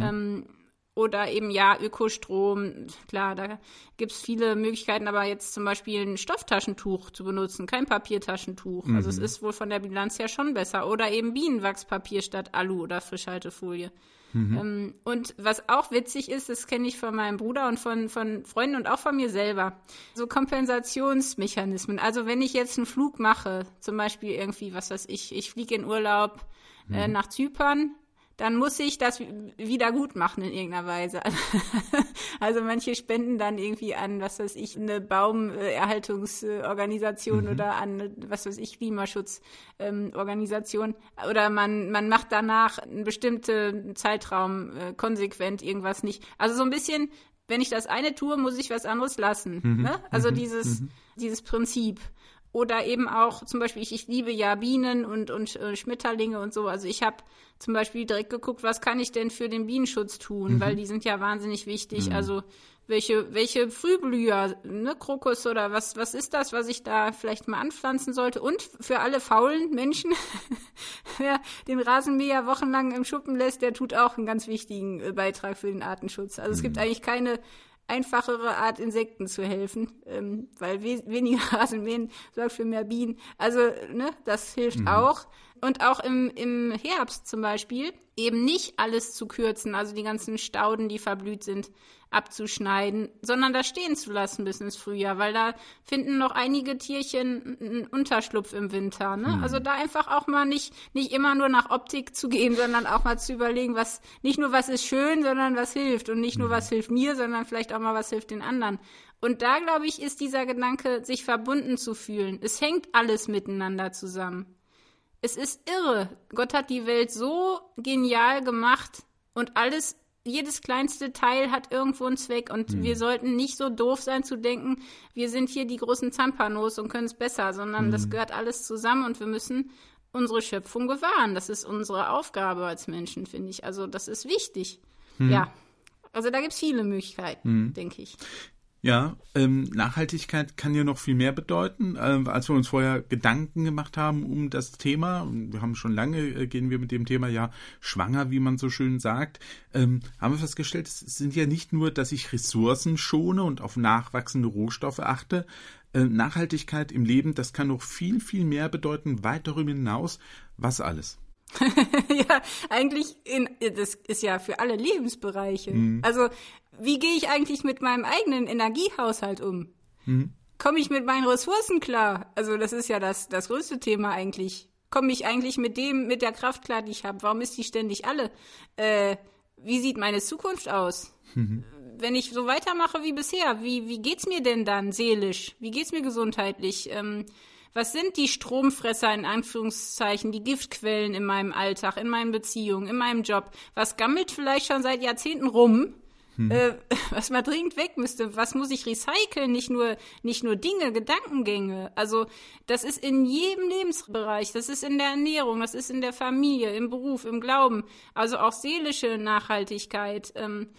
Speaker 2: Oder eben, Ökostrom, klar, da gibt's viele Möglichkeiten, aber jetzt zum Beispiel ein Stofftaschentuch zu benutzen, kein Papiertaschentuch. Also es ist wohl von der Bilanz her schon besser. Oder eben Bienenwachspapier statt Alu oder Frischhaltefolie. Und was auch witzig ist, das kenne ich von meinem Bruder und von Freunden und auch von mir selber, so Kompensationsmechanismen. Also wenn ich jetzt einen Flug mache, zum Beispiel irgendwie, was weiß ich fliege in Urlaub nach Zypern, dann muss ich das wieder gut machen in irgendeiner Weise. Also manche spenden dann irgendwie an, was weiß ich, eine Baumerhaltungsorganisation oder an, was weiß ich, Klimaschutzorganisation. Oder man macht danach einen bestimmten Zeitraum konsequent irgendwas nicht. Also so ein bisschen, wenn ich das eine tue, muss ich was anderes lassen. Ne? Also dieses Prinzip. Oder eben auch zum Beispiel, ich liebe ja Bienen und Schmetterlinge und so. Also ich habe zum Beispiel direkt geguckt, was kann ich denn für den Bienenschutz tun, weil die sind ja wahnsinnig wichtig. Also welche Frühblüher, ne, Krokus oder was ist das, was ich da vielleicht mal anpflanzen sollte? Und für alle faulen Menschen, wer den Rasenmäher wochenlang im Schuppen lässt, der tut auch einen ganz wichtigen Beitrag für den Artenschutz. Also es gibt eigentlich keine einfachere Art, Insekten zu helfen, weil weniger Rasenmähen sorgt für mehr Bienen. Also, ne, das hilft auch. Und auch im Herbst zum Beispiel eben nicht alles zu kürzen, also die ganzen Stauden, die verblüht sind, abzuschneiden, sondern da stehen zu lassen bis ins Frühjahr, weil da finden noch einige Tierchen einen Unterschlupf im Winter. Ne? Also da einfach auch mal nicht immer nur nach Optik zu gehen, sondern auch mal zu überlegen, nicht nur was ist schön, sondern was hilft. Und nicht nur was hilft mir, sondern vielleicht auch mal was hilft den anderen. Und da, glaube ich, ist dieser Gedanke, sich verbunden zu fühlen. Es hängt alles miteinander zusammen. Es ist irre. Gott hat die Welt so genial gemacht und jedes kleinste Teil hat irgendwo einen Zweck. Und wir sollten nicht so doof sein zu denken, wir sind hier die großen Zampanos und können es besser, sondern das gehört alles zusammen und wir müssen unsere Schöpfung bewahren. Das ist unsere Aufgabe als Menschen, finde ich. Also das ist wichtig. Ja, also da gibt es viele Möglichkeiten, denke ich.
Speaker 3: Ja, Nachhaltigkeit kann ja noch viel mehr bedeuten, als wir uns vorher Gedanken gemacht haben um das Thema. Wir haben schon lange, gehen wir mit dem Thema ja schwanger, wie man so schön sagt. Haben wir festgestellt, es sind ja nicht nur, dass ich Ressourcen schone und auf nachwachsende Rohstoffe achte. Nachhaltigkeit im Leben, das kann noch viel, viel mehr bedeuten, weit darüber hinaus. Was alles?
Speaker 2: Ja, eigentlich, das ist ja für alle Lebensbereiche. Also, wie gehe ich eigentlich mit meinem eigenen Energiehaushalt um? Komme ich mit meinen Ressourcen klar? Also, das ist ja das größte Thema eigentlich. Komme ich eigentlich mit der Kraft klar, die ich habe? Warum ist die ständig alle? Wie sieht meine Zukunft aus? Wenn ich so weitermache wie bisher, wie geht's mir denn dann seelisch? Wie geht's mir gesundheitlich? Was sind die Stromfresser in Anführungszeichen, die Giftquellen in meinem Alltag, in meinen Beziehungen, in meinem Job? Was gammelt vielleicht schon seit Jahrzehnten rum, was mal dringend weg müsste? Was muss ich recyceln? Nicht nur Dinge, Gedankengänge. Also das ist in jedem Lebensbereich. Das ist in der Ernährung, das ist in der Familie, im Beruf, im Glauben. Also auch seelische Nachhaltigkeit.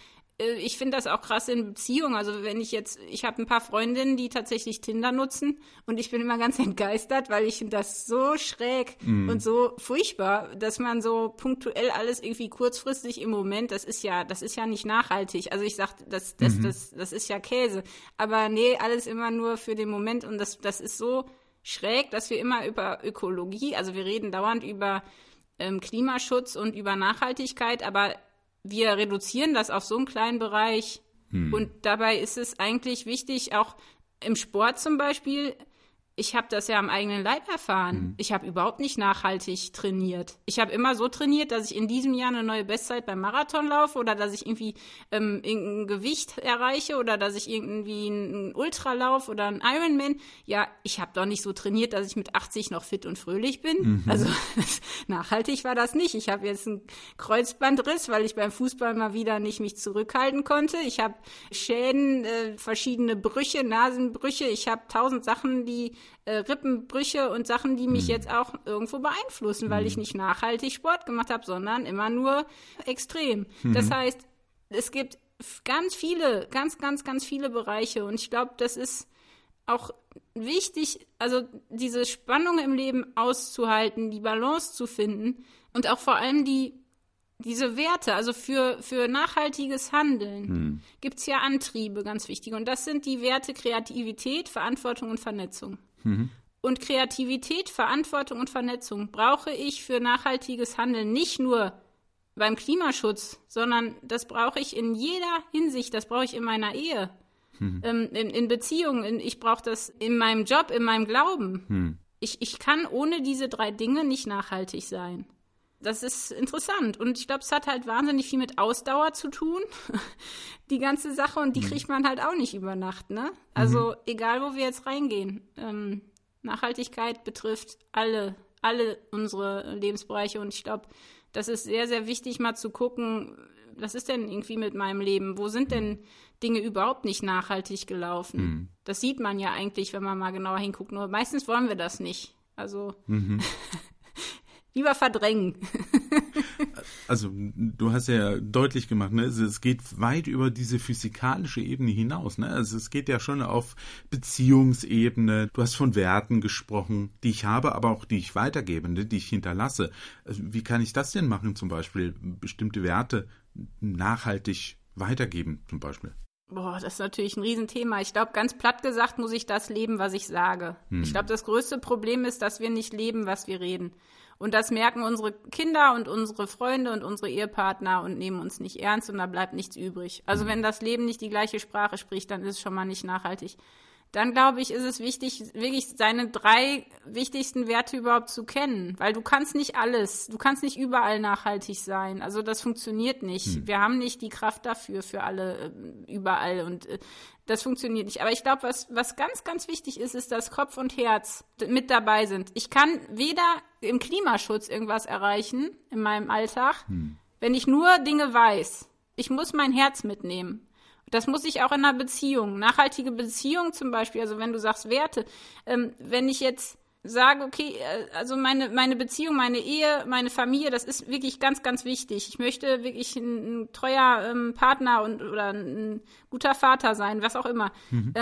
Speaker 2: Ich finde das auch krass in Beziehungen. Also ich habe ein paar Freundinnen, die tatsächlich Tinder nutzen und ich bin immer ganz entgeistert, weil ich finde das so schräg und so furchtbar, dass man so punktuell alles irgendwie kurzfristig im Moment, das ist ja nicht nachhaltig. Also ich sag, das ist ja Käse. Aber nee, alles immer nur für den Moment und das ist so schräg, dass wir immer über Ökologie, also wir reden dauernd über Klimaschutz und über Nachhaltigkeit, aber wir reduzieren das auf so einen kleinen Bereich. Und dabei ist es eigentlich wichtig, auch im Sport zum Beispiel, ich habe das ja am eigenen Leib erfahren. Ich habe überhaupt nicht nachhaltig trainiert. Ich habe immer so trainiert, dass ich in diesem Jahr eine neue Bestzeit beim Marathon laufe oder dass ich irgendwie irgendein Gewicht erreiche oder dass ich irgendwie einen Ultralauf oder einen Ironman. Ja, ich habe doch nicht so trainiert, dass ich mit 80 noch fit und fröhlich bin. Also nachhaltig war das nicht. Ich habe jetzt einen Kreuzbandriss, weil ich beim Fußball mal wieder nicht mich zurückhalten konnte. Ich habe Schäden, verschiedene Brüche, Nasenbrüche. Ich habe 1000 Sachen, die Rippenbrüche und Sachen, die mich jetzt auch irgendwo beeinflussen, weil ich nicht nachhaltig Sport gemacht habe, sondern immer nur extrem. Das heißt, es gibt ganz viele, ganz viele Bereiche und ich glaube, das ist auch wichtig, also diese Spannung im Leben auszuhalten, die Balance zu finden und auch vor allem diese Werte, also für nachhaltiges Handeln gibt's ja Antriebe, ganz wichtig. Und das sind die Werte Kreativität, Verantwortung und Vernetzung. Und Kreativität, Verantwortung und Vernetzung brauche ich für nachhaltiges Handeln nicht nur beim Klimaschutz, sondern das brauche ich in jeder Hinsicht. Das brauche ich in meiner Ehe, in Beziehungen. Ich brauche das in meinem Job, in meinem Glauben. Ich kann ohne diese 3 Dinge nicht nachhaltig sein. Das ist interessant. Und ich glaube, es hat halt wahnsinnig viel mit Ausdauer zu tun, die ganze Sache. Und die kriegt man halt auch nicht über Nacht, ne? Also egal, wo wir jetzt reingehen. Nachhaltigkeit betrifft alle unsere Lebensbereiche. Und ich glaube, das ist sehr, sehr wichtig, mal zu gucken, was ist denn irgendwie mit meinem Leben? Wo sind denn Dinge überhaupt nicht nachhaltig gelaufen? Das sieht man ja eigentlich, wenn man mal genauer hinguckt. Nur meistens wollen wir das nicht. Also lieber verdrängen.
Speaker 3: Also du hast ja deutlich gemacht, ne? Es geht weit über diese physikalische Ebene hinaus. Ne? Also es geht ja schon auf Beziehungsebene. Du hast von Werten gesprochen, die ich habe, aber auch die ich weitergebe, ne? Die ich hinterlasse. Also, wie kann ich das denn machen, zum Beispiel bestimmte Werte nachhaltig weitergeben, zum Beispiel?
Speaker 2: Boah, das ist natürlich ein Riesenthema. Ich glaube, ganz platt gesagt muss ich das leben, was ich sage. Ich glaube, das größte Problem ist, dass wir nicht leben, was wir reden. Und das merken unsere Kinder und unsere Freunde und unsere Ehepartner und nehmen uns nicht ernst und da bleibt nichts übrig. Also wenn das Leben nicht die gleiche Sprache spricht, dann ist es schon mal nicht nachhaltig. dann glaube ich, ist es wichtig, wirklich seine 3 wichtigsten Werte überhaupt zu kennen. Weil du kannst nicht überall nachhaltig sein. Also das funktioniert nicht. Wir haben nicht die Kraft dafür, für alle überall. Und das funktioniert nicht. Aber ich glaube, was ganz, ganz wichtig ist, dass Kopf und Herz mit dabei sind. Ich kann weder im Klimaschutz irgendwas erreichen in meinem Alltag, wenn ich nur Dinge weiß. Ich muss mein Herz mitnehmen. Das muss ich auch in einer Beziehung. Nachhaltige Beziehung zum Beispiel, also wenn du sagst Werte, wenn ich jetzt sage, okay, also meine Beziehung, meine Ehe, meine Familie, das ist wirklich ganz, ganz wichtig. Ich möchte wirklich ein treuer Partner oder ein guter Vater sein, was auch immer.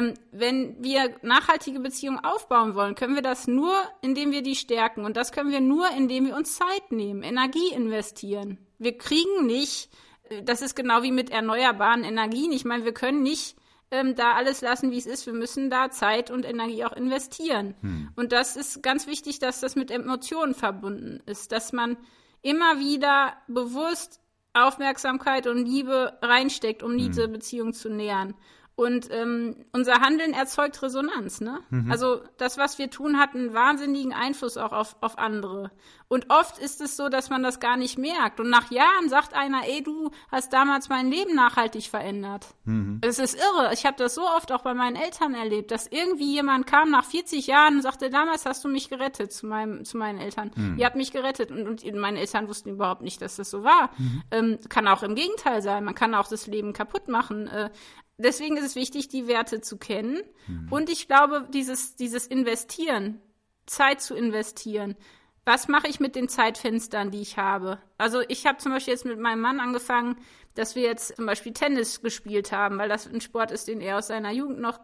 Speaker 2: Wenn wir nachhaltige Beziehungen aufbauen wollen, können wir das nur, indem wir die stärken. Und das können wir nur, indem wir uns Zeit nehmen, Energie investieren. Wir kriegen nicht, das ist genau wie mit erneuerbaren Energien. Ich meine, wir können nicht da alles lassen, wie es ist. Wir müssen da Zeit und Energie auch investieren. Und das ist ganz wichtig, dass das mit Emotionen verbunden ist, dass man immer wieder bewusst Aufmerksamkeit und Liebe reinsteckt, um diese Beziehung zu nähern. Und unser Handeln erzeugt Resonanz, ne? Also das, was wir tun, hat einen wahnsinnigen Einfluss auch auf andere. Und oft ist es so, dass man das gar nicht merkt. Und nach Jahren sagt einer, ey, du hast damals mein Leben nachhaltig verändert. Es ist irre. Ich habe das so oft auch bei meinen Eltern erlebt, dass irgendwie jemand kam nach 40 Jahren und sagte, damals hast du mich gerettet, zu meinen Eltern. Ihr habt mich gerettet. Und meine Eltern wussten überhaupt nicht, dass das so war. Kann auch im Gegenteil sein. Man kann auch das Leben kaputt machen. Deswegen ist es wichtig, die Werte zu kennen. Und ich glaube, dieses Investieren, Zeit zu investieren. Was mache ich mit den Zeitfenstern, die ich habe? Also ich habe zum Beispiel jetzt mit meinem Mann angefangen, dass wir jetzt zum Beispiel Tennis gespielt haben, weil das ein Sport ist, den er aus seiner Jugend noch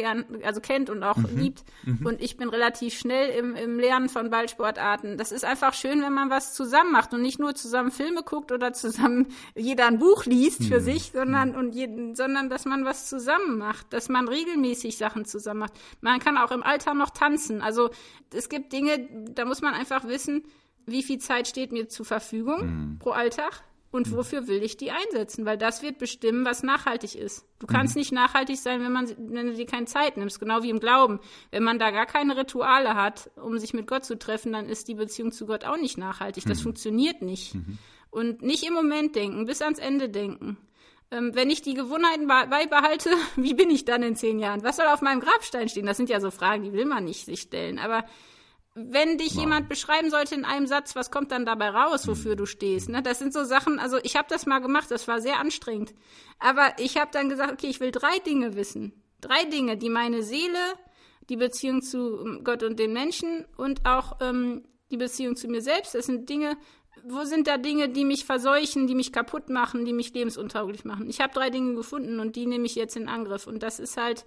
Speaker 2: kennt und auch liebt. Und ich bin relativ schnell im Lernen von Ballsportarten. Das ist einfach schön, wenn man was zusammen macht und nicht nur zusammen Filme guckt oder zusammen jeder ein Buch liest für sich, sondern dass man was zusammen macht, dass man regelmäßig Sachen zusammen macht. Man kann auch im Alter noch tanzen. Also es gibt Dinge, da muss man einfach wissen, wie viel Zeit steht mir zur Verfügung pro Alltag. Und wofür will ich die einsetzen? Weil das wird bestimmen, was nachhaltig ist. Du kannst nicht nachhaltig sein, wenn du dir keine Zeit nimmst. Genau wie im Glauben. Wenn man da gar keine Rituale hat, um sich mit Gott zu treffen, dann ist die Beziehung zu Gott auch nicht nachhaltig. Das funktioniert nicht. Und nicht im Moment denken, bis ans Ende denken. Wenn ich die Gewohnheiten beibehalte, wie bin ich dann in 10 Jahren? Was soll auf meinem Grabstein stehen? Das sind ja so Fragen, die will man nicht sich stellen. Aber wenn dich jemand beschreiben sollte in einem Satz, was kommt dann dabei raus, wofür du stehst? Ne? Das sind so Sachen, also ich habe das mal gemacht, das war sehr anstrengend. Aber ich habe dann gesagt, okay, ich will 3 Dinge wissen. 3 Dinge, die meine Seele, die Beziehung zu Gott und den Menschen und auch die Beziehung zu mir selbst, das sind Dinge, wo sind da Dinge, die mich verseuchen, die mich kaputt machen, die mich lebensuntauglich machen? Ich habe 3 Dinge gefunden und die nehme ich jetzt in Angriff. Und das ist halt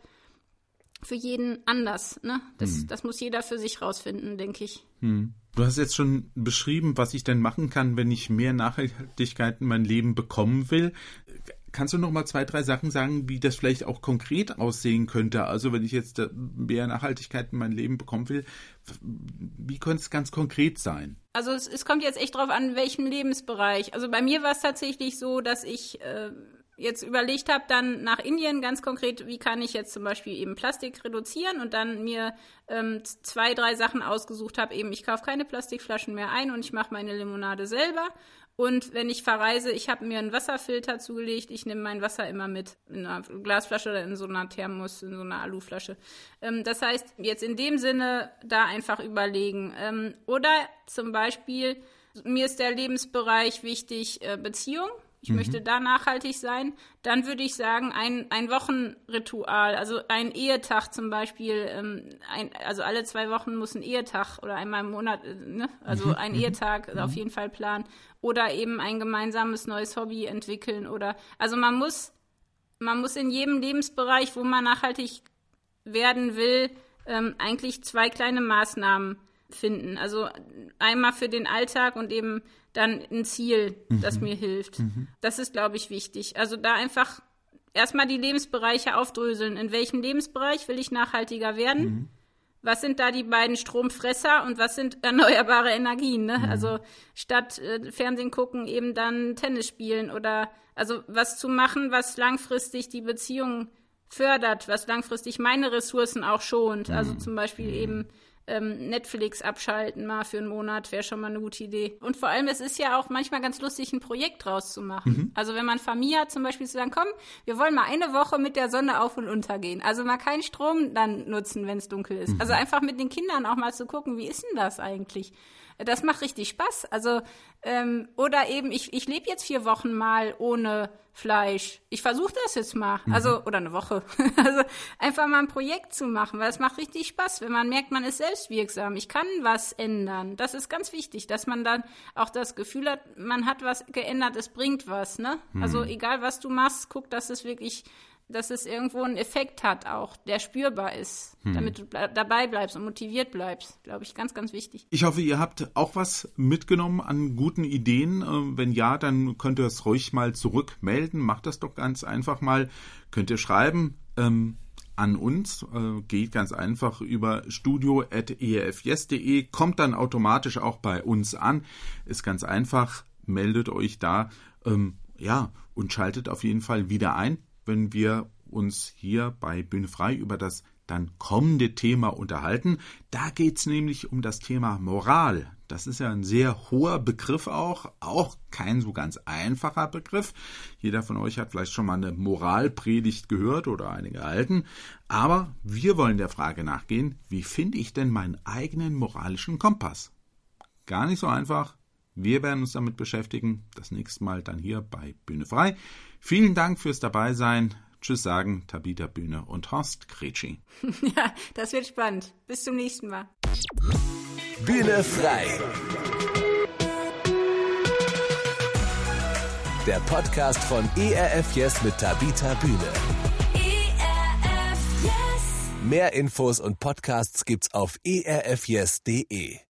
Speaker 2: für jeden anders, ne? Das muss jeder für sich rausfinden, denke ich.
Speaker 3: Du hast jetzt schon beschrieben, was ich denn machen kann, wenn ich mehr Nachhaltigkeit in mein Leben bekommen will. Kannst du noch mal 2, 3 Sachen sagen, wie das vielleicht auch konkret aussehen könnte? Also wenn ich jetzt mehr Nachhaltigkeit in mein Leben bekommen will, wie könnte es ganz konkret sein?
Speaker 2: Also es kommt jetzt echt drauf an, in welchem Lebensbereich. Also bei mir war es tatsächlich so, dass ich jetzt überlegt habe, dann nach Indien ganz konkret, wie kann ich jetzt zum Beispiel eben Plastik reduzieren und dann mir 2, 3 Sachen ausgesucht habe, eben ich kaufe keine Plastikflaschen mehr ein und ich mache meine Limonade selber. Und wenn ich verreise, ich habe mir einen Wasserfilter zugelegt, ich nehme mein Wasser immer mit, in einer Glasflasche oder in so einer Thermos, in so einer Aluflasche. Das heißt, jetzt in dem Sinne da einfach überlegen. Oder zum Beispiel, mir ist der Lebensbereich wichtig, Beziehung. Ich möchte da nachhaltig sein, dann würde ich sagen, ein Wochenritual, also ein Ehetag zum Beispiel, also alle 2 Wochen muss ein Ehetag oder einmal im Monat, ne? Also ein Ehetag auf jeden Fall planen oder eben ein gemeinsames neues Hobby entwickeln also man muss in jedem Lebensbereich, wo man nachhaltig werden will, eigentlich 2 kleine Maßnahmen finden. Also einmal für den Alltag und eben dann ein Ziel, das mir hilft. Das ist, glaube ich, wichtig. Also da einfach erstmal die Lebensbereiche aufdröseln. In welchem Lebensbereich will ich nachhaltiger werden? Was sind da die beiden Stromfresser und was sind erneuerbare Energien? Ne? Also statt Fernsehen gucken, eben dann Tennis spielen oder also was zu machen, was langfristig die Beziehung fördert, was langfristig meine Ressourcen auch schont. Also zum Beispiel eben Netflix abschalten mal für einen Monat wäre schon mal eine gute Idee. Und vor allem, es ist ja auch manchmal ganz lustig, ein Projekt draus zu machen. Also wenn man Familie hat, zum Beispiel zu sagen, komm, wir wollen mal eine Woche mit der Sonne auf und unter gehen. Also mal keinen Strom dann nutzen, wenn es dunkel ist. Also einfach mit den Kindern auch mal zu gucken, wie ist denn das eigentlich? Das macht richtig Spaß. Also oder eben, ich lebe jetzt 4 Wochen mal ohne Fleisch. Ich versuche das jetzt mal. Also, oder eine Woche. Also einfach mal ein Projekt zu machen, weil es macht richtig Spaß, wenn man merkt, man ist selbstwirksam. Ich kann was ändern. Das ist ganz wichtig, dass man dann auch das Gefühl hat, man hat was geändert, es bringt was, ne? Also egal, was du machst, guck, dass es wirklich, dass es irgendwo einen Effekt hat auch, der spürbar ist, damit du dabei bleibst und motiviert bleibst. Glaube ich, ganz, ganz wichtig.
Speaker 3: Ich hoffe, ihr habt auch was mitgenommen an guten Ideen. Wenn ja, dann könnt ihr es ruhig mal zurückmelden. Macht das doch ganz einfach mal. Könnt ihr schreiben an uns. Geht ganz einfach über studio@erfjes.de. Kommt dann automatisch auch bei uns an. Ist ganz einfach. Meldet euch da und schaltet auf jeden Fall wieder ein, wenn wir uns hier bei Bühne frei über das dann kommende Thema unterhalten. Da geht's nämlich um das Thema Moral. Das ist ja ein sehr hoher Begriff auch kein so ganz einfacher Begriff. Jeder von euch hat vielleicht schon mal eine Moralpredigt gehört oder eine gehalten. Aber wir wollen der Frage nachgehen, wie finde ich denn meinen eigenen moralischen Kompass? Gar nicht so einfach. Wir werden uns damit beschäftigen. Das nächste Mal dann hier bei Bühne frei. Vielen Dank fürs Dabeisein. Tschüss sagen Tabita Bühne und Horst Kretschi.
Speaker 2: Ja, das wird spannend. Bis zum nächsten Mal.
Speaker 1: Bühne frei. Der Podcast von ERF Yes mit Tabita Bühne.
Speaker 4: ERF Yes.
Speaker 1: Mehr Infos und Podcasts gibt's auf erfyes.de.